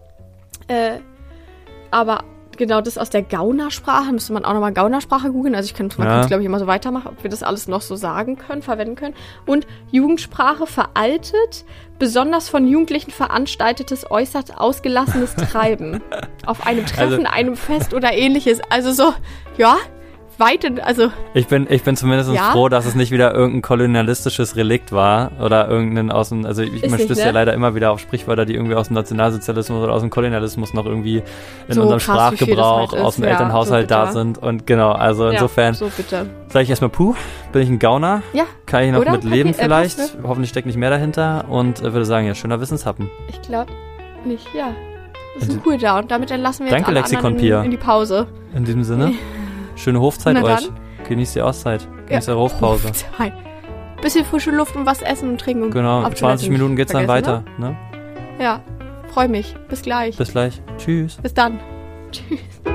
äh, aber genau das aus der Gaunersprache, müsste man auch nochmal Gaunersprache googeln, also ich kann, man ja. kann es glaube ich immer so weitermachen, ob wir das alles noch so sagen können, verwenden können. Und Jugendsprache veraltet, besonders von Jugendlichen veranstaltetes, äußerst ausgelassenes Treiben. Auf einem Treffen, also, einem Fest oder ähnliches. Also so, ja, weit, also... Ich bin, ich bin zumindest ja? froh, dass es nicht wieder irgendein kolonialistisches Relikt war oder irgendein aus dem, also ich, man stößt ne? ja leider immer wieder auf Sprichwörter, die irgendwie aus dem Nationalsozialismus oder aus dem Kolonialismus noch irgendwie in so unserem krass, Sprachgebrauch halt aus dem ja, Elternhaushalt so da sind und genau, also ja, insofern so sage ich erstmal, puh, bin ich ein Gauner? Ja. Kann ich noch oder? mit leben Happy, vielleicht? äh, Hoffentlich steckt nicht mehr dahinter und äh, würde sagen, ja, schöner Wissenshappen. Ich glaube nicht, ja. Das ist ein Cooldown, damit entlassen wir Danke, jetzt alle Lexikon in, Pia. in die Pause. In diesem Sinne. Schöne Hofzeit euch. Genießt die Auszeit. Genießt ja, eure Hofpause. Hofzeit. Bisschen frische Luft und was essen und trinken. Und genau, zwanzig Minuten geht's dann weiter. Ne? Ja, freu mich. Bis gleich. Bis gleich. Tschüss. Bis dann. Tschüss.